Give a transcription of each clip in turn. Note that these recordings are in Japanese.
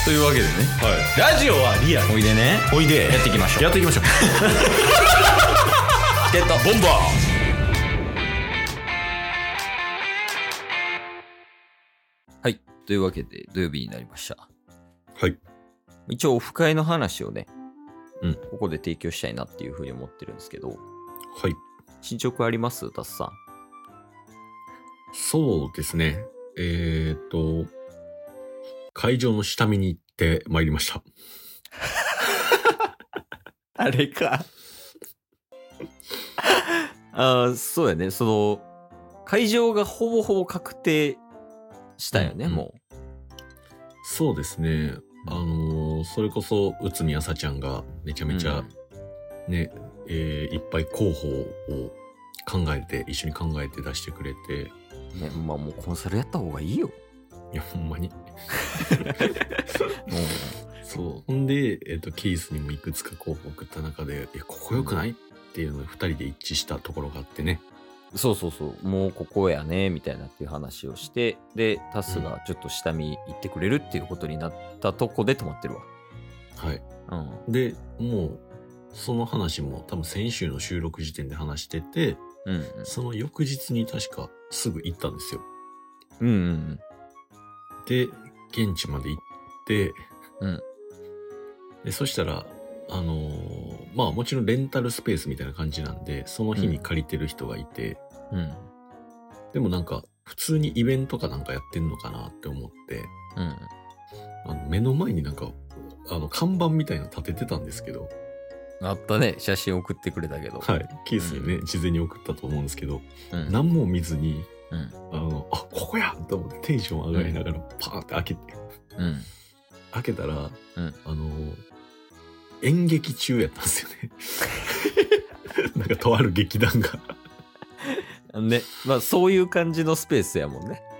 というわけでね、 ラジオはリアル。 おいでね、 おいでやっていきましょう。 やっていきましょう。 チケットボンバー。はい、というわけで土曜日になりました。 はい。 一応オフ会の話をね、 ここで提供したいなっていうふうに思ってるんですけど、 はい。 進捗ありますタスさん？ そうですね。会場の下見に行ってまいりました。 あれか。そうやね。その会場がほぼほぼ確定したよね、もう。 そうですね。それこそ内海朝ちゃんがめちゃめちゃね、いっぱい候補を一緒に考えて出してくれて。 ね、まあもうコンサルやった方がいいよ。 いや、ほんまに。そう。ほんで、ケースにもいくつか候補を送った中で、ここ良くないっていうのを二人で一致したところがあってね。 そうそうそう。もうここやね、みたいなっていう話をして、で、タスがちょっと下見行ってくれるっていうことになったとこで止まってるわ。 はい。 うん。 で、もう、その話も多分先週の収録時点で話してて、その翌日に確かすぐ行ったんですよ。で、現地まで行って、で、そしたら、まあもちろんレンタルスペースみたいな感じなんで、その日に借りてる人がいて、でもなんか普通にイベントかなんかやってんのかなって思って、目の前になんか、看板みたいなの立ててたんですけど、 あったね。写真送ってくれたけど。 はい。ケースにね、事前に送ったと思うんですけど、何も見ずに、ここやと思ってテンション上がりながらパーンって開けて、開けたら、演劇中やったんですよね。なんかとある劇団が。 ね。まあそういう感じのスペースやもんね。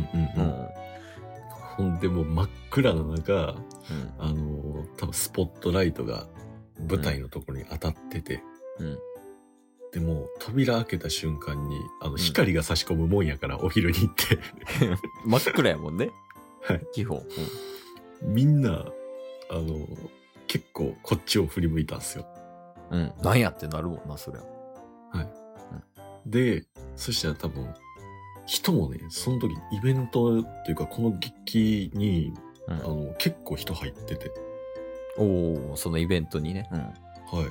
ほんでもう真っ暗な中、多分スポットライトが舞台のところに当たってて、でも扉開けた瞬間に光が差し込むもんやからお昼に行って真っ暗やもんね。 はい。 基本。 みんな結構こっちを振り向いたんですよ。 なんやってなるもんなそりゃ。 はい。で、そしたら多分人もね、その時イベントっていうかこの劇に、結構人入ってて。 そのイベントにね。 はい。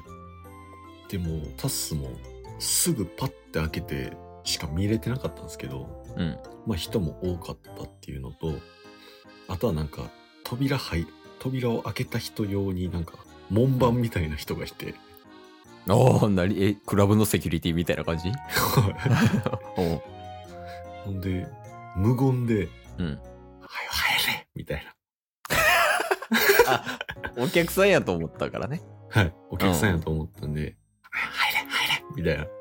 でもタスもすぐパッて開けてしか見れてなかったんですけど、まあ人も多かったっていうのと、あとはなんか扉を開けた人用になんか門番みたいな人がいて、 クラブのセキュリティみたいな感じ？ ほんで無言で、入れみたいな。 お客さんやと思ったからね。 はい。お客さんやと思ったんで、入れみたいな。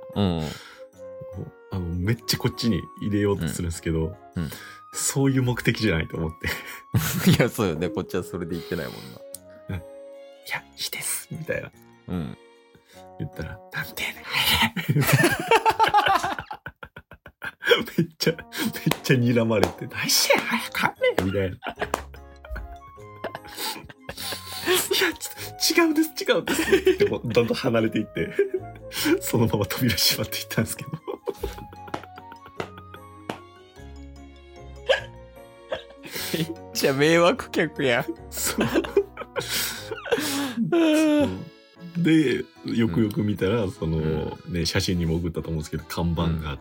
めっちゃこっちに入れようとするんですけど、そういう目的じゃないと思って。 いや、そうよね。こっちはそれで言ってないもんな。 いや、いいです。みたいな。言ったら、なんてね、入れめっちゃ睨まれて、何してん早く入れみたいな。違うんですってもどんどん離れていってそのまま扉閉まっていったんですけどめっちゃ迷惑客や。 そうでよくよく見たらその、写真にも送ったと思うんですけど看板があって、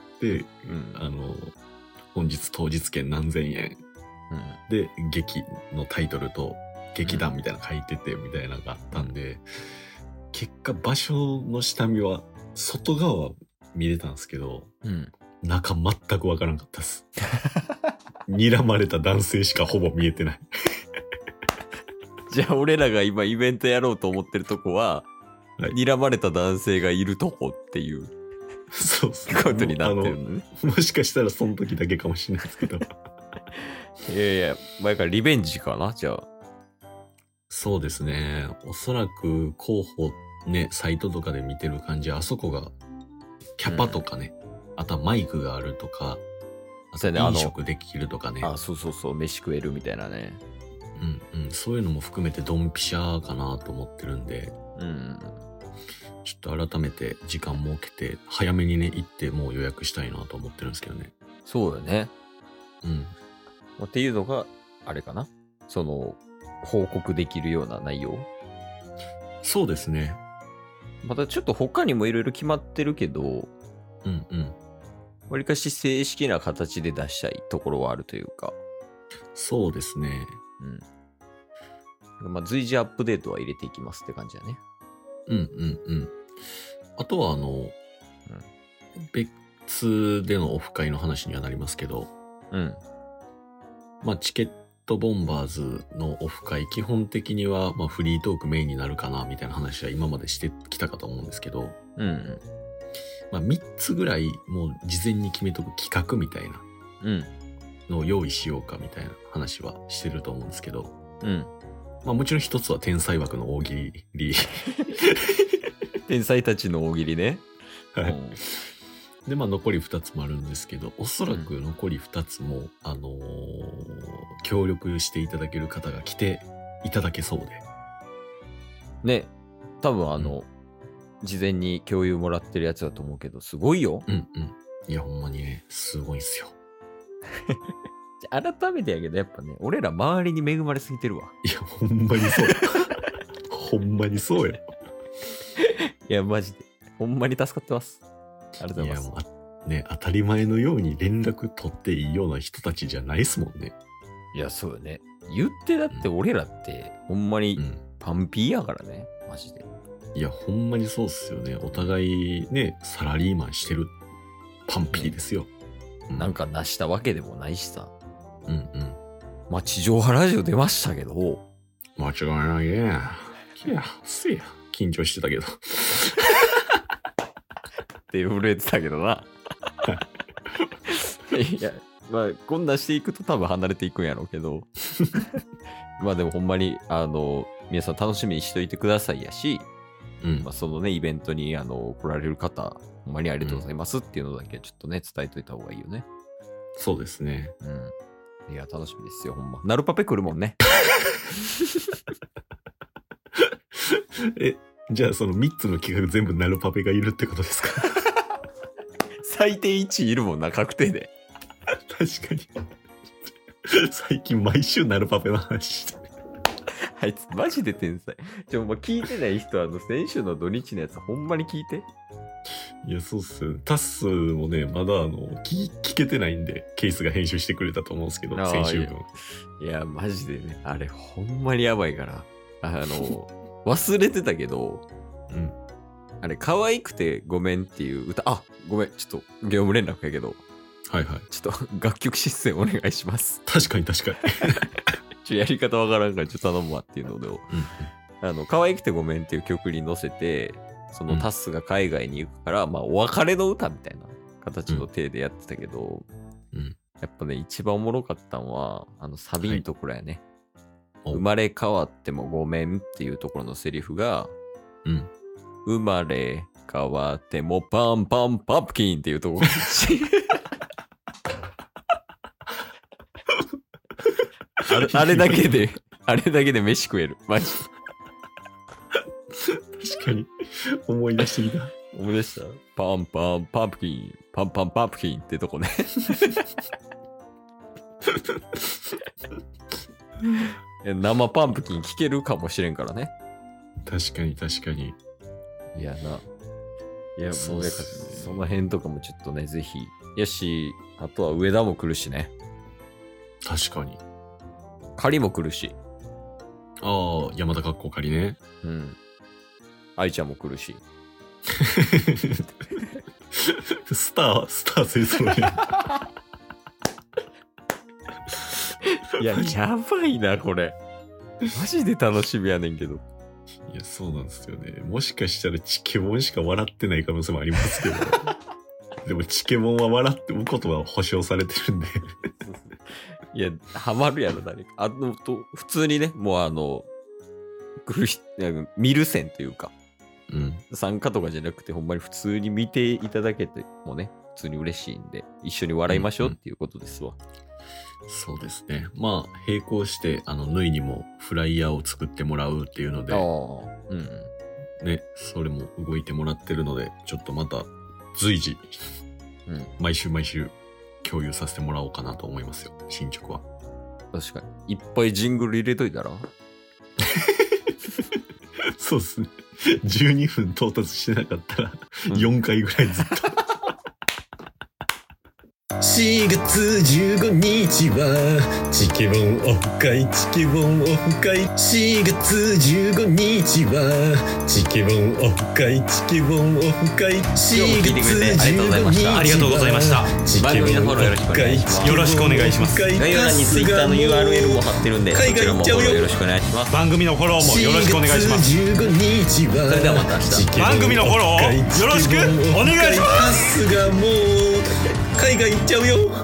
本日当日券何千円、で劇のタイトルと劇団みたいなの書いててみたいなのがあったんで、結果場所の下見は外側は見れたんですけど、中全くわからんかったです睨まれた男性しかほぼ見えてないじゃあ俺らが今イベントやろうと思ってるとこは、睨まれた男性がいるとこっていうそうことになってるのね。 もしかしたらその時だけかもしれないですけどいや前からリベンジかなじゃあ。 そうですね。おそらく候補ね、サイトとかで見てる感じ、あそこがキャパとかね、あとはマイクがあるとか、あと飲食できるとかね。 そう、飯食えるみたいなね。 うんうん。そういうのも含めてドンピシャかなと思ってるんで、 うん。 ちょっと改めて時間設けて、早めにね、行ってもう予約したいなと思ってるんですけどね。 そうよね。 うん。 っていうのが、あれかな。その、報告できるような内容。 そうですね。 またちょっと他にもいろいろ決まってるけど、 うんうん。 わりかし正式な形で出したいところはあるというか。 そうですね。 うん。まあ、随時アップデートは入れていきますって感じだね。 うんうんうん。あとは別でのオフ会の話にはなりますけど、 うん。 まあチケットボンバーズのオフ会、基本的にはまあフリートークメインになるかなみたいな話は今までしてきたかと思うんですけど、 うん。 まあ3つぐらいもう事前に決めとく企画みたいなうん。 のを用意しようかみたいな話はしてると思うんですけど、 うん。 まあもちろん一つは天才枠の大喜利。 天才たちの大喜利ね。 はい。 うんで、まあ残り2つもあるんですけど、おそらく残り2つも、協力していただける方が来ていただけそうで。 ね、多分事前に共有もらってるやつだと思うけど、すごいよ。 うんうん。いや、ほんまにね、すごいっすよ。 改めてやけど、やっぱね、俺ら周りに恵まれすぎてるわ。 いや、ほんまにそう。ほんまにそうよ。 いや、マジで。ほんまに助かってます。ありがとうございます。 いや、もうね、当たり前のように連絡取っていいような人たちじゃないっすもんね。 いや、そうよね。言ってだって俺らって、ほんまにパンピーやからね。マジで。 いや、ほんまにそうっすよね。お互いね、サラリーマンしてるパンピーですよ。 なんか成したわけでもないしさ。 うんうん。 まあ、地上波ラジオ出ましたけど。 間違いないね。いや、せや。緊張してたけど。 って震えてたけどな。いや、まあ、こんなんしていくと多分離れていくんやろうけど。まあでもほんまに、皆さん楽しみにしといてくださいやし、まあそのね、イベントに来られる方、ほんまにありがとうございますっていうのだけちょっとね、伝えといた方がいいよね。 そうですね。 いや、楽しみですよ、ほんま。ナルパペ来るもんね。 じゃあその3つの企画全部ナルパペがいるってことですか？ 最低1位いるもんな、確定で。 確かに。最近毎週ナルパペの話してる。 あいつマジで天才。聞いてない人は先週の土日のやつほんまに聞いて。 いや、そうっすよ。タスもね、まだ聞けてないんで、ケースが編集してくれたと思うんですけど、先週分。 いや、マジでね、あれほんまにやばいから。忘れてたけど、あれ、可愛くてごめんっていう歌、ごめん、ちょっと業務連絡やけど、 はいはい。 ちょっと楽曲出演お願いします。 確かに確かに。 やり方わからんからちょっと頼むわっていうので、可愛くてごめんっていう曲に乗せて、そのタスが海外に行くから、まあお別れの歌みたいな形の体でやってたけど、やっぱね、一番おもろかったのは、サビのところやね。生まれ変わってもごめんっていうところのセリフが、生まれ変わってもパンパンパプキンっていうところあれだけで飯食える。マジ。 確かに。思い出してきた。 思い出した？パンパンパプキン、パンパンパプキンってとこね。生パンプキン聞けるかもしれんからね。 確かに確かに。 いやな。いや、もうその辺とかもちょっとね、ぜひ。やし、あとは上田も来るしね。 確かに。 仮も来るし。 ああ、山田かっこ仮ね。 愛ちゃんも来るし。 スター勢ぞろい。 いや、やばいな、これ。マジで楽しみやねんけど。 いや、そうなんですよね。もしかしたらチケモンしか笑ってない可能性もありますけど。でもチケモンは笑ってることは保証されてるんで。 いや、ハマるやろ、誰か。普通にね、もう見る線というか、参加とかじゃなくて、ほんまに普通に見ていただけてもね、普通に嬉しいんで、一緒に笑いましょうっていうことですわ。 そうですね。まあ、並行して、縫いにもフライヤーを作ってもらうっていうので、ね、それも動いてもらってるので、ちょっとまた随時、毎週共有させてもらおうかなと思いますよ、進捗は。 確かに。いっぱいジングル入れといたらそうっすね。12分到達してなかったら、4回ぐらいずっと。4月15日はチケボンオフ会チケボンオフ会4月15日はチケボンオフ会チケボンオフ会4月15日はありがとうございました。 番組のフォローよろしくお願いします。 よろしくお願いします。 概要欄に Twitter の URL も貼ってるんで、そちらもフォローよろしくお願いします。 番組のフォローもよろしくお願いします。 それではまた明日。 番組のフォローをよろしくお願いします。 がもう海外行っちゃうよ。